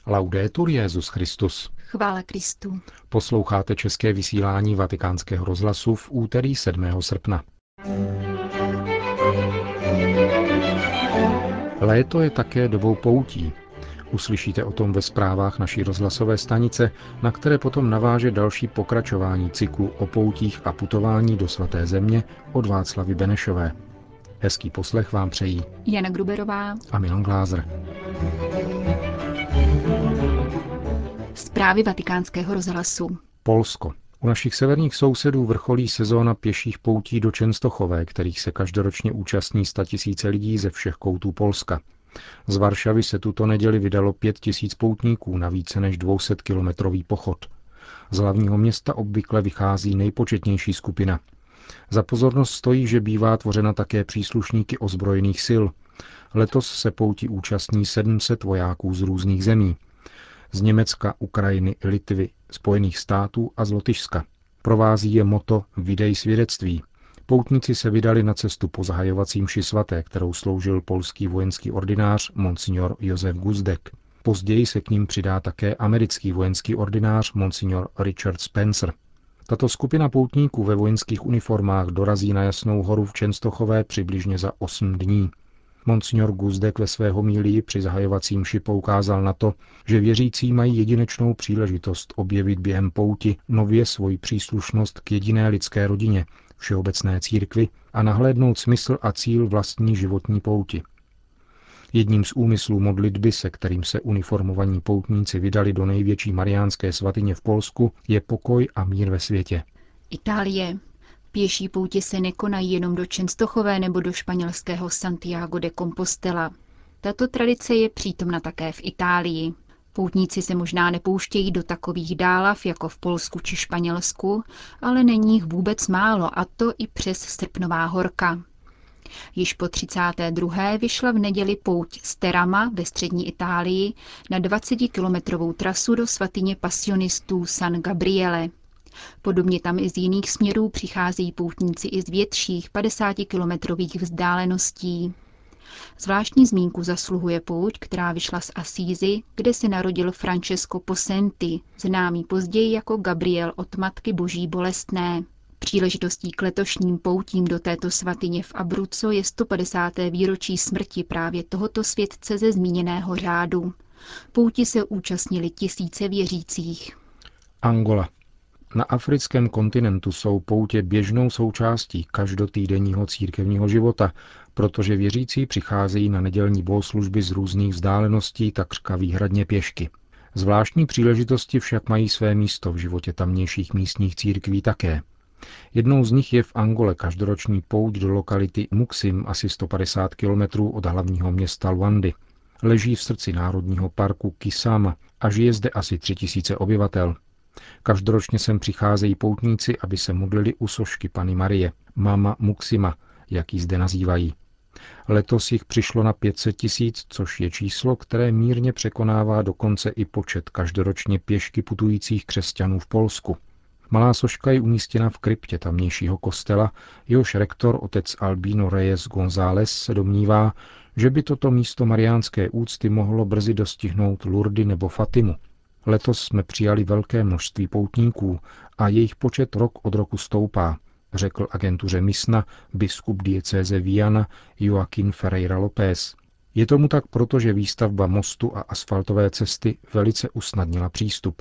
Laudetur Jesus Christus. Chvála Kristu. Posloucháte české vysílání Vatikánského rozhlasu v úterý 7. srpna. Léto je také dobou poutí. Uslyšíte o tom ve zprávách naší rozhlasové stanice, na které potom naváže další pokračování cyklu o poutích a putování do svaté země od Václavy Benešové. Hezký poslech vám přejí Jana Gruberová a Milan Glázer. Zprávy Vatikánského rozhlasu. Polsko. U našich severních sousedů vrcholí sezóna pěších poutí do Čenstochové, kterých se každoročně účastní 100 000 lidí ze všech koutů Polska. Z Varšavy se tuto neděli vydalo 5 000 poutníků na více než 200-kilometrový pochod. Z hlavního města obvykle vychází nejpočetnější skupina. Za pozornost stojí, že bývá tvořena také příslušníky ozbrojených sil. Letos se pouti účastní 700 vojáků z různých zemí. Z Německa, Ukrajiny, Litvy, Spojených států a z Lotyšska. Provází je motto Vydej svědectví. Poutníci se vydali na cestu po zahajovací mši svaté, kterou sloužil polský vojenský ordinář monsignor Josef Guzdek. Později se k ním přidá také americký vojenský ordinář monsignor Richard Spencer. Tato skupina poutníků ve vojenských uniformách dorazí na Jasnou horu v Čenstochové přibližně za 8 dní. Monsignor Guzdek ve své homílii při zahajovací mši poukázal na to, že věřící mají jedinečnou příležitost objevit během pouti nově svoji příslušnost k jediné lidské rodině, všeobecné církvi, a nahlédnout smysl a cíl vlastní životní pouti. Jedním z úmyslů modlitby, se kterým se uniformovaní poutníci vydali do největší mariánské svatyně v Polsku, je pokoj a mír ve světě. Itálie. Pěší poutě se nekonají jenom do Čenstochové nebo do španělského Santiago de Compostela. Tato tradice je přítomna také v Itálii. Poutníci se možná nepouštějí do takových dálav jako v Polsku či Španělsku, ale není jich vůbec málo, a to i přes srpnová horka. Již po 32. vyšla v neděli pouť z Terama ve střední Itálii na 20-kilometrovou trasu do svatyně pasionistů San Gabriele. Podobně tam i z jiných směrů přicházejí poutníci i z větších 50-kilometrových vzdáleností. Zvláštní zmínku zasluhuje pouť, která vyšla z Assisi, kde se narodil Francesco Possenti, známý později jako Gabriel od Matky Boží bolestné. Příležitostí k letošním poutím do této svatyně v Abruzzo je 150. výročí smrti právě tohoto světce ze zmíněného řádu. Pouti se účastnili tisíce věřících. Angola. Na africkém kontinentu jsou poutě běžnou součástí každotýdenního církevního života, protože věřící přicházejí na nedělní bohoslužby z různých vzdáleností takřka výhradně pěšky. Zvláštní příležitosti však mají své místo v životě tamnějších místních církví také. Jednou z nich je v Angole každoroční pouť do lokality Muxim, asi 150 kilometrů od hlavního města Luandy. Leží v srdci národního parku Kisama a žije zde asi 3000 obyvatel. Každoročně sem přicházejí poutníci, aby se modlili u sošky Panny Marie, Mama Muxima, jak ji zde nazývají. Letos jich přišlo na 500 000, což je číslo, které mírně překonává dokonce i počet každoročně pěšky putujících křesťanů v Polsku. Malá soška je umístěna v kryptě tamnějšího kostela, jehož rektor otec Albino Reyes González se domnívá, že by toto místo mariánské úcty mohlo brzy dostihnout Lurdy nebo Fatimu. Letos jsme přijali velké množství poutníků a jejich počet rok od roku stoupá, řekl agentuře Misna biskup diecéze Viana Joaquín Ferreira López. Je tomu tak proto, že výstavba mostu a asfaltové cesty velice usnadnila přístup.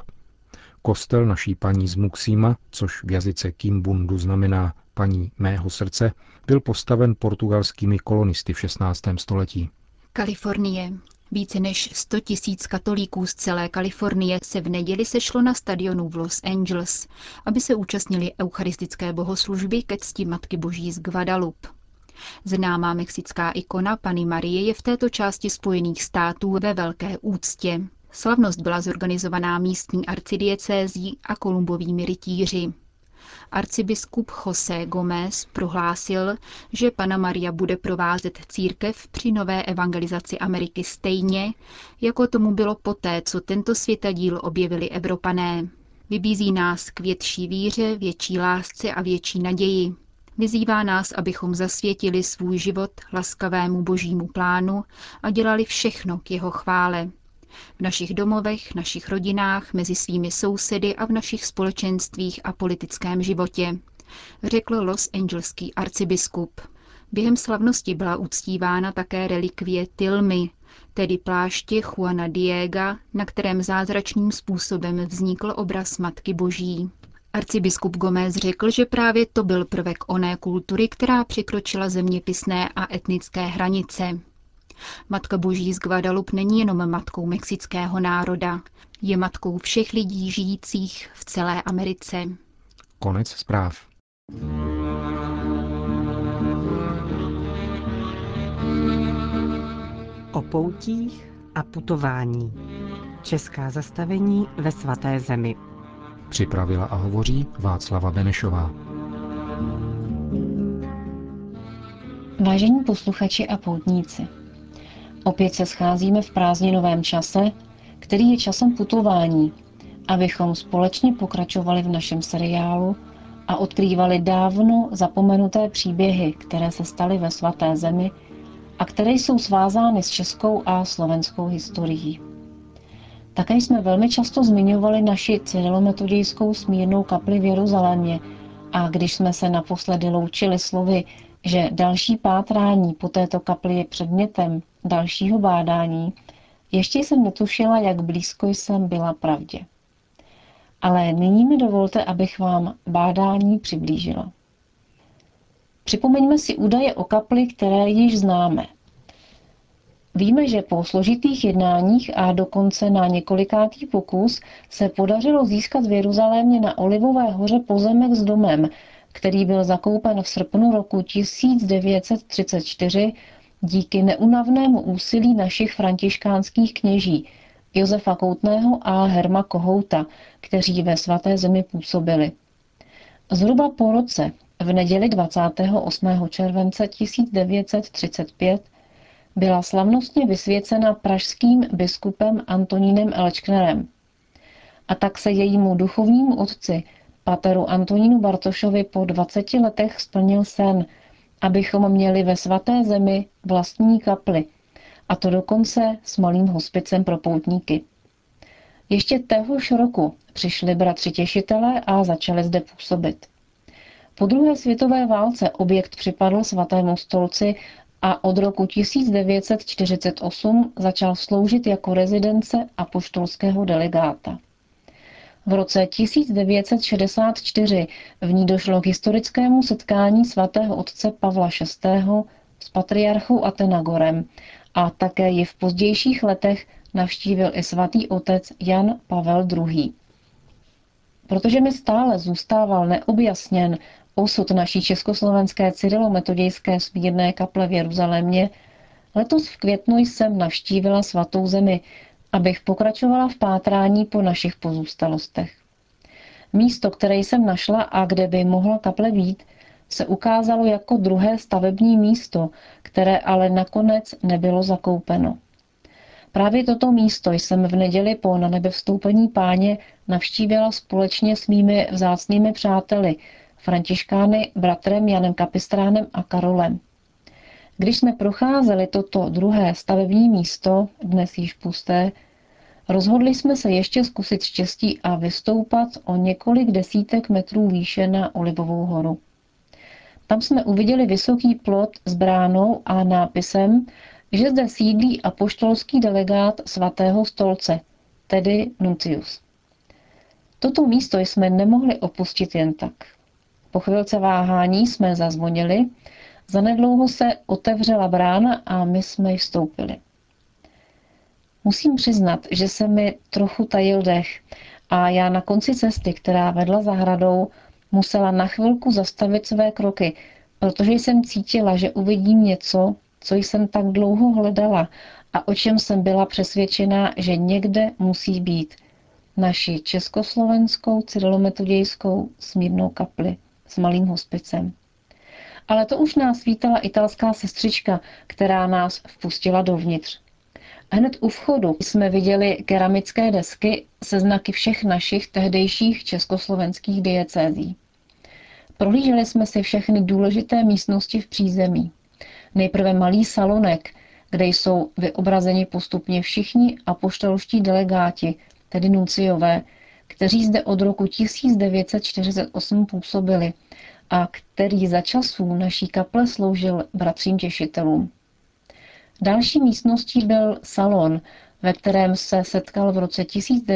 Kostel naší paní z Muxima, což v jazyce Kimbundu znamená paní mého srdce, byl postaven portugalskými kolonisty v 16. století. Kalifornie. Více než 100 000 katolíků z celé Kalifornie se v neděli sešlo na stadionu v Los Angeles, aby se účastnili eucharistické bohoslužby ke cti Matky Boží z Guadalupe. Známá mexická ikona Panny Marie je v této části Spojených států ve velké úctě. Slavnost byla zorganizovaná místní arcidiecézí a kolumbovými rytíři. Arcibiskup José Gómez prohlásil, že Panna Maria bude provázet církev při nové evangelizaci Ameriky stejně, jako tomu bylo poté, co tento světadíl objevili Evropané. Vybízí nás k větší víře, větší lásce a větší naději. Vyzývá nás, abychom zasvětili svůj život laskavému božímu plánu a dělali všechno k jeho chvále. V našich domovech, našich rodinách, mezi svými sousedy a v našich společenstvích a politickém životě, řekl losangelský arcibiskup. Během slavnosti byla uctívána také relikvie Tilmy, tedy pláště Juana Diega, na kterém zázračným způsobem vznikl obraz Matky Boží. Arcibiskup Gómez řekl, že právě to byl prvek oné kultury, která překročila zeměpisné a etnické hranice. Matka Boží z Guadalupe není jenom matkou mexického národa, je matkou všech lidí žijících v celé Americe. Konec zpráv. O poutích a putování. Česká zastavení ve Svaté zemi. Připravila a hovoří Václava Benešová. Vážení posluchači a poutníci, opět se scházíme v prázdninovém čase, který je časem putování, abychom společně pokračovali v našem seriálu a odkrývali dávno zapomenuté příběhy, které se staly ve Svaté zemi a které jsou svázány s českou a slovenskou historií. Také jsme velmi často zmiňovali naši cyrilometodějskou smírnou kapli v Jeruzalémě a když jsme se naposledy loučili slovy, že další pátrání po této kapli je předmětem dalšího bádání, ještě jsem netušila, jak blízko jsem byla pravdě. Ale nyní mi dovolte, abych vám bádání přiblížila. Připomeňme si údaje o kapli, které již známe. Víme, že po složitých jednáních a dokonce na několikátý pokus se podařilo získat v Jeruzalémě na Olivové hoře pozemek s domem, který byl zakoupen v srpnu roku 1934 díky neúnavnému úsilí našich františkánských kněží Josefa Koutného a Herma Kohouta, kteří ve Svaté zemi působili. Zhruba po roce, v neděli 28. července 1935, byla slavnostně vysvěcena pražským biskupem Antonínem Elčknerem. A tak se jejímu duchovnímu otci, pateru Antonínu Bartošovi, po 20 letech splnil sen, abychom měli ve Svaté zemi vlastní kapli, a to dokonce s malým hospicem pro poutníky. Ještě téhož roku přišli bratři těšitelé a začali zde působit. Po druhé světové válce objekt připadl Svatému stolci a od roku 1948 začal sloužit jako rezidence apoštolského delegáta. V roce 1964 v ní došlo k historickému setkání svatého otce Pavla VI. S patriarchou Athenagorem a také ji v pozdějších letech navštívil i svatý otec Jan Pavel II. Protože mi stále zůstával neobjasněn osud naší československé cyrilo-metodějské smírné kaple v Jeruzalémě, letos v květnu jsem navštívila Svatou zemi, abych pokračovala v pátrání po našich pozůstalostech. Místo, které jsem našla a kde by mohla kaple být, se ukázalo jako druhé stavební místo, které ale nakonec nebylo zakoupeno. Právě toto místo jsem v neděli po nanebevstoupení Páně navštívila společně s mými vzácnými přáteli, františkány bratrem Janem Kapistránem a Karolem. Když jsme procházeli toto druhé stavební místo, dnes již pusté, rozhodli jsme se ještě zkusit štěstí a vystoupat o několik desítek metrů výše na Olivovou horu. Tam jsme uviděli vysoký plot s bránou a nápisem, že zde sídlí apoštolský delegát Svatého stolce, tedy nuncius. Toto místo jsme nemohli opustit jen tak. Po chvilce váhání jsme zazvonili, zanedlouho se otevřela brána a my jsme vstoupili. Musím přiznat, že se mi trochu tajil dech a já na konci cesty, která vedla zahradou, musela na chvilku zastavit své kroky, protože jsem cítila, že uvidím něco, co jsem tak dlouho hledala a o čem jsem byla přesvědčená, že někde musí být. Naši československou cyrilo-metodějskou smírnou kapli s malým hospicem. Ale to už nás vítala italská sestřička, která nás vpustila dovnitř. Hned u vchodu jsme viděli keramické desky se znaky všech našich tehdejších československých diecézí. Prohlíželi jsme si všechny důležité místnosti v přízemí. Nejprve malý salonek, kde jsou vyobrazeni postupně všichni apoštolští delegáti, tedy nunciové, kteří zde od roku 1948 působili a který za časů naší kaple sloužil bratřím těšitelům. Další místností byl salon, ve kterém se setkal v roce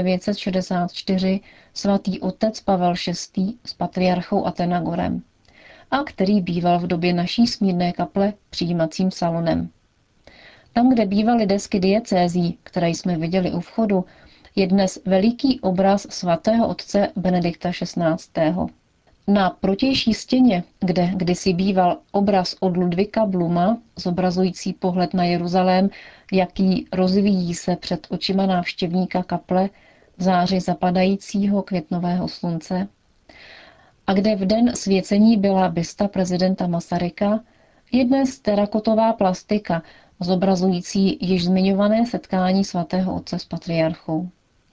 1964 svatý otec Pavel VI. S patriarchou Athenagorem a který býval v době naší smírné kaple přijímacím salonem. Tam, kde bývaly desky diecézí, které jsme viděli u vchodu, je dnes veliký obraz svatého otce Benedikta XVI. Na protější stěně, kde kdysi býval obraz od Ludvíka Bluma, zobrazující pohled na Jeruzalém, jaký rozvíjí se před očima návštěvníka kaple v záři zapadajícího květnového slunce, a kde v den svěcení byla bysta prezidenta Masaryka, je dnes terakotová plastika, zobrazující již zmiňované setkání svatého otce s patriarchou.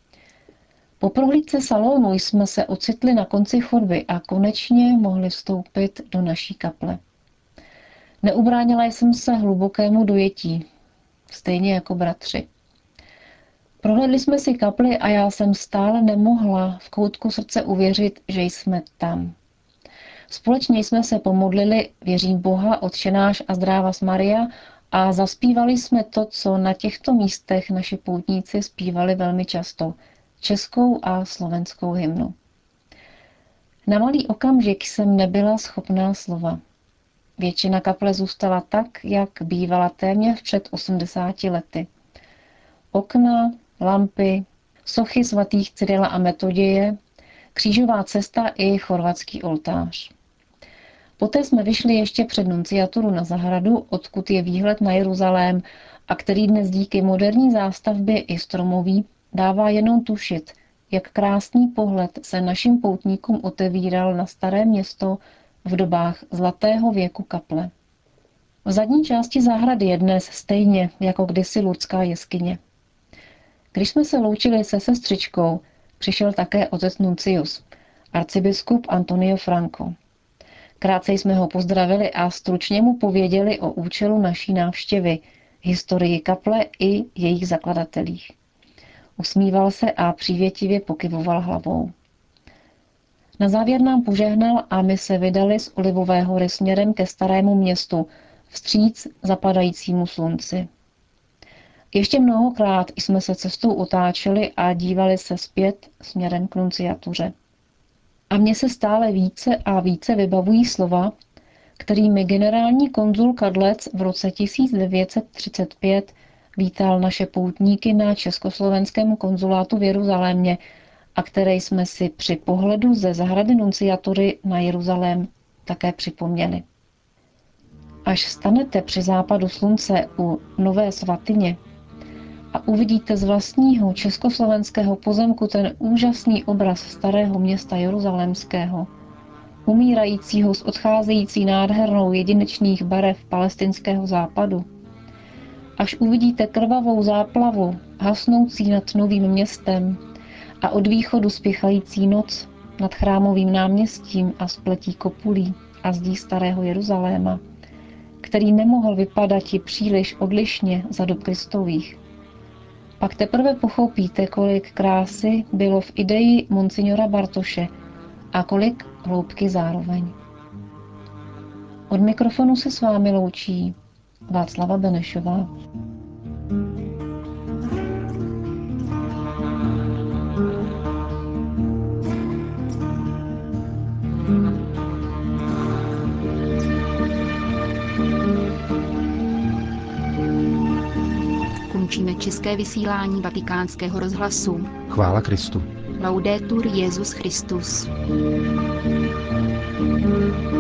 Po prohlídce salonu jsme se ocitli na konci chodby a konečně mohli vstoupit do naší kaple. Neubránila jsem se hlubokému dojetí, stejně jako bratři. Prohlédli jsme si kapli a já jsem stále nemohla v koutku srdce uvěřit, že jsme tam. Společně jsme se pomodlili, věřím Boha, Otče náš a zdrávas Maria, a zaspívali jsme to, co na těchto místech naši poutníci zpívali velmi často, českou a slovenskou hymnu. Na malý okamžik jsem nebyla schopná slova. Většina kaple zůstala tak, jak bývala téměř před 80 lety. Okna, lampy, sochy svatých Cyrila a Metoděje, křížová cesta i chorvatský oltář. Poté jsme vyšli ještě před nunciaturu na zahradu, odkud je výhled na Jeruzalém a který dnes díky moderní zástavbě i stromoví dává jenom tušit, jak krásný pohled se našim poutníkům otevíral na staré město v dobách zlatého věku kaple. V zadní části zahrady je dnes stejně jako kdysi Lurdská jeskyně. Když jsme se loučili se sestřičkou, přišel také otec Nuncius, arcibiskup Antonio Franco. Krátce jsme ho pozdravili a stručně mu pověděli o účelu naší návštěvy, historii kaple i jejich zakladatelích. Usmíval se a přívětivě pokyvoval hlavou. Na závěr nám požehnal a my se vydali z Olivové hory směrem ke Starému městu, vstříc zapadajícímu slunci. Ještě mnohokrát jsme se cestou otáčeli a dívali se zpět směrem k nunciatuře. A mně se stále více a více vybavují slova, kterými generální konzul Kadlec v roce 1935 vítal naše poutníky na československém konzulátu v Jeruzalémě a které jsme si při pohledu ze zahrady nunciatury na Jeruzalém také připomněli. Až stanete při západu slunce u Nové svatyně a uvidíte z vlastního československého pozemku ten úžasný obraz starého města jeruzalémského, umírajícího s odcházející nádhernou jedinečných barev palestinského západu, až uvidíte krvavou záplavu hasnoucí nad novým městem a od východu spěchající noc nad chrámovým náměstím a spletí kopulí a zdí starého Jeruzaléma, který nemohl vypadat i příliš odlišně za dob Kristových, pak teprve pochopíte, kolik krásy bylo v ideji monsignora Bartoše a kolik hloubky zároveň. Od mikrofonu se s vámi loučí Václava Benešová. Končíme české vysílání Vatikánského rozhlasu. Chvála Kristu. Laudetur Jesus Christus.